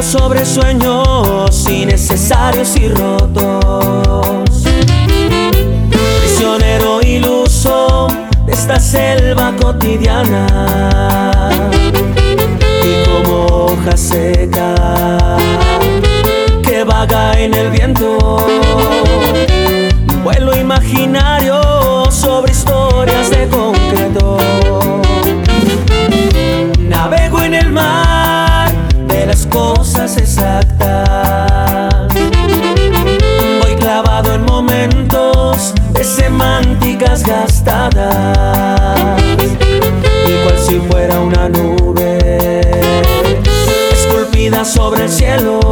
sobre sueños innecesarios y rotos. Prisionero iluso de esta selva cotidiana, y como hoja seca que vaga en el viento, vuelo imaginario sobre historias de concreto. Navego en el mar de las cosas exactas, voy clavado en momentos de semánticas gastadas, igual si fuera una nube esculpida sobre el cielo.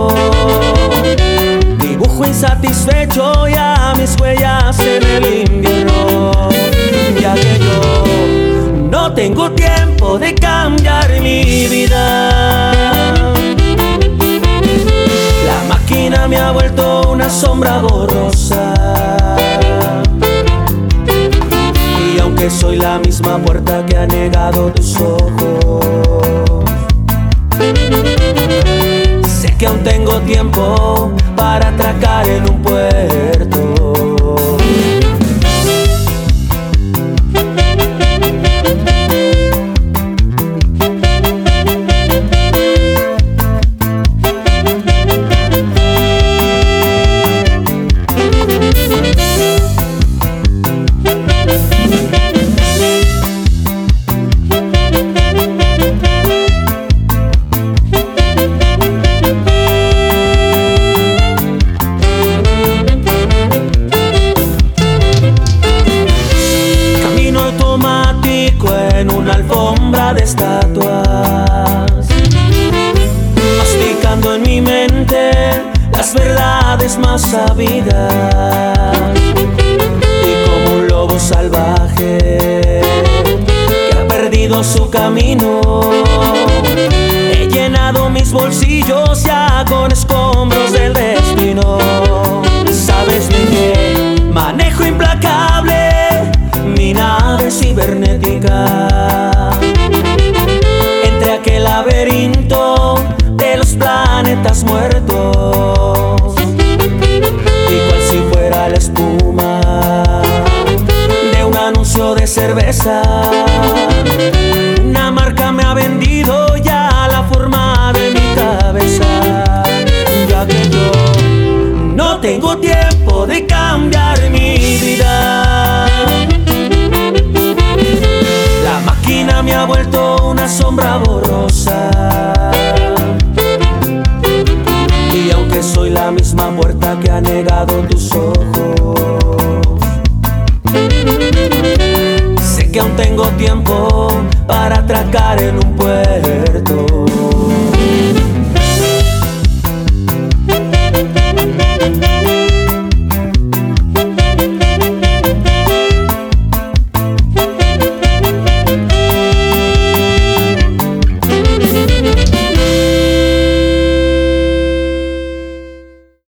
Dibujo insatisfecho ya mis huellas en el invierno, ya que yo no tengo tiempo de cambiar mi vida. La máquina me ha vuelto una sombra borrosa, y aunque soy la misma puerta que ha negado tus ojos, sé que aún tengo tiempo para atracar en un puerto. En una alfombra de estatuas, masticando en mi mente las verdades más sabidas, y como un lobo salvaje que ha perdido su camino, he llenado mis bolsillos ya con escombros del destino. Sabes de qué manejo implacable mi nave cibernética, entre aquel laberinto de los planetas muertos, y cual si fuera la espuma de un anuncio de cerveza, una marca me ha vendido ya la forma de mi cabeza, ya que yo no tengo tiempo de cambiar mi vida. La máquina me ha vuelto una sombra borrosa, y aunque soy la misma puerta que ha negado tus ojos, sé que aún tengo tiempo para atracar en un puerto.